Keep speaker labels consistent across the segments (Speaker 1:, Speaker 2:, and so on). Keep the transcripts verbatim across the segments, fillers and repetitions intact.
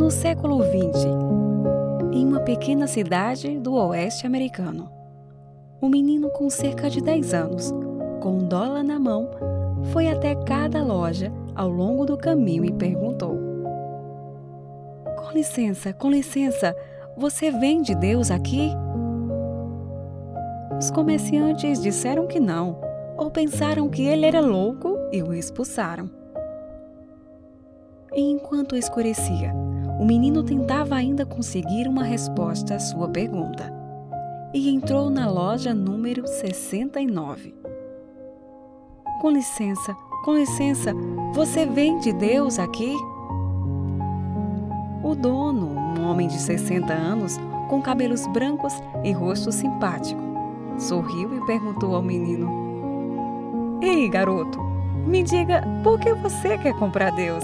Speaker 1: no século vinte, em uma pequena cidade do oeste americano, um menino com cerca de dez anos, com um dólar na mão, foi até cada loja ao longo do caminho e perguntou: Com licença, com licença, você vende Deus aqui? Os comerciantes disseram que não, ou pensaram que ele era louco e o expulsaram. E enquanto escurecia, o menino tentava ainda conseguir uma resposta à sua pergunta, e entrou na loja número sessenta e nove. Com licença, com licença, você vende Deus aqui? O dono, um homem de sessenta anos, com cabelos brancos e rosto simpático, sorriu e perguntou ao menino: Ei, garoto, me diga, por que você quer comprar Deus?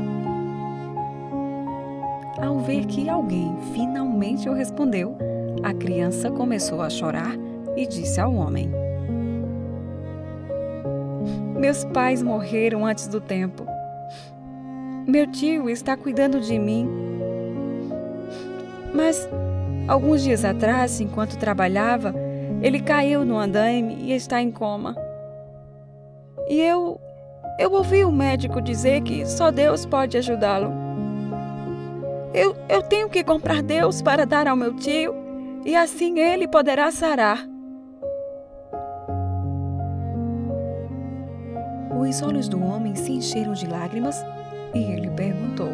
Speaker 1: Ao ver que alguém finalmente o respondeu, a criança começou a chorar e disse ao homem: Meus pais morreram antes do tempo. Meu tio está cuidando de mim. Mas, alguns dias atrás, enquanto trabalhava, ele caiu no andaime e está em coma. E eu, eu ouvi o médico dizer que só Deus pode ajudá-lo. Eu, eu tenho que comprar Deus para dar ao meu tio, e assim ele poderá sarar. Os olhos do homem se encheram de lágrimas e ele perguntou: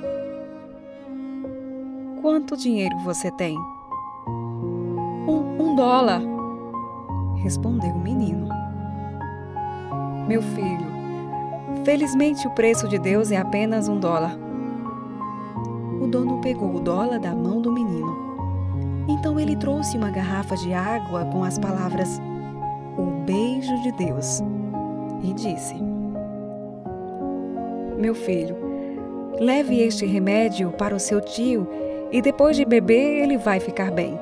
Speaker 1: Quanto dinheiro você tem? Um, um dólar, respondeu o menino. Meu filho, felizmente o preço de Deus é apenas um dólar. O dono pegou o dólar da mão do menino. Então ele trouxe uma garrafa de água com as palavras "O beijo de Deus" e disse: Meu filho, leve este remédio para o seu tio e depois de beber ele vai ficar bem.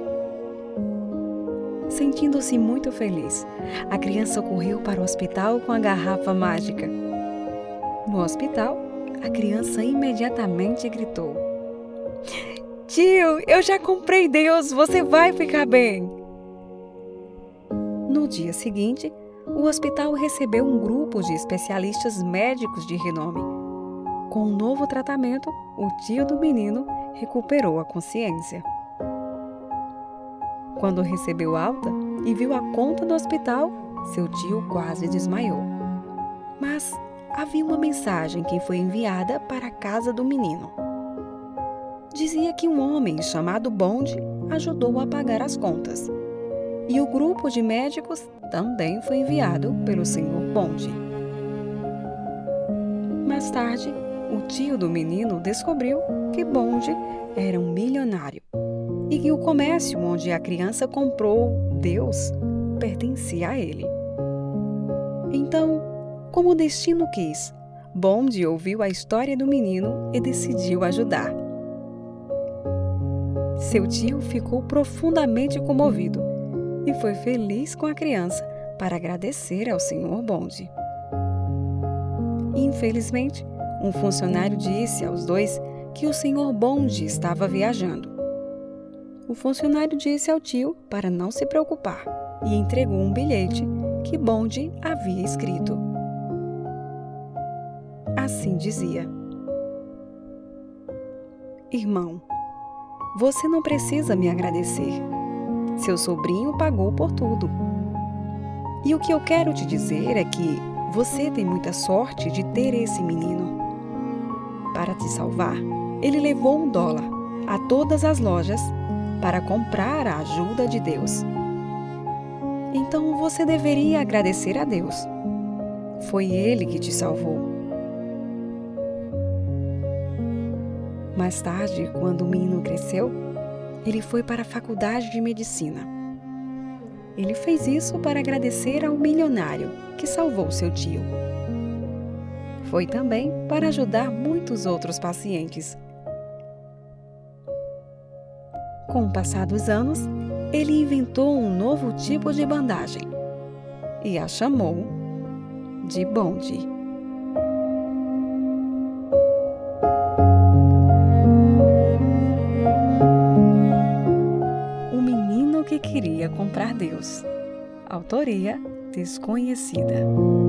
Speaker 1: Sentindo-se muito feliz, a criança correu para o hospital com a garrafa mágica. No hospital, a criança imediatamente gritou: Tio, eu já comprei Deus, você vai ficar bem. No dia seguinte, o hospital recebeu um grupo de especialistas médicos de renome. Com um novo tratamento, o tio do menino recuperou a consciência. Quando recebeu alta e viu a conta do hospital, seu tio quase desmaiou. Mas havia uma mensagem que foi enviada para a casa do menino. Dizia que um homem chamado Bond ajudou a pagar as contas. E o grupo de médicos também foi enviado pelo senhor Bond. Mais tarde, o tio do menino descobriu que Bond era um milionário e que o comércio onde a criança comprou Deus pertencia a ele. Então, como o destino quis, Bond ouviu a história do menino e decidiu ajudar. Seu tio ficou profundamente comovido e foi feliz com a criança para agradecer ao senhor Bond. Infelizmente, um funcionário disse aos dois que o senhor Bond estava viajando. O funcionário disse ao tio para não se preocupar e entregou um bilhete que Bond havia escrito. Assim dizia: Irmão, você não precisa me agradecer. Seu sobrinho pagou por tudo. E o que eu quero te dizer é que você tem muita sorte de ter esse menino. Para te salvar, ele levou um dólar a todas as lojas para comprar a ajuda de Deus. Então você deveria agradecer a Deus. Foi Ele que te salvou. Mais tarde, quando o menino cresceu, ele foi para a faculdade de medicina. Ele fez isso para agradecer ao milionário que salvou seu tio. Foi também para ajudar muitos outros pacientes. Com o passar dos anos, ele inventou um novo tipo de bandagem e a chamou de Bond. queria comprar Deus. Autoria desconhecida.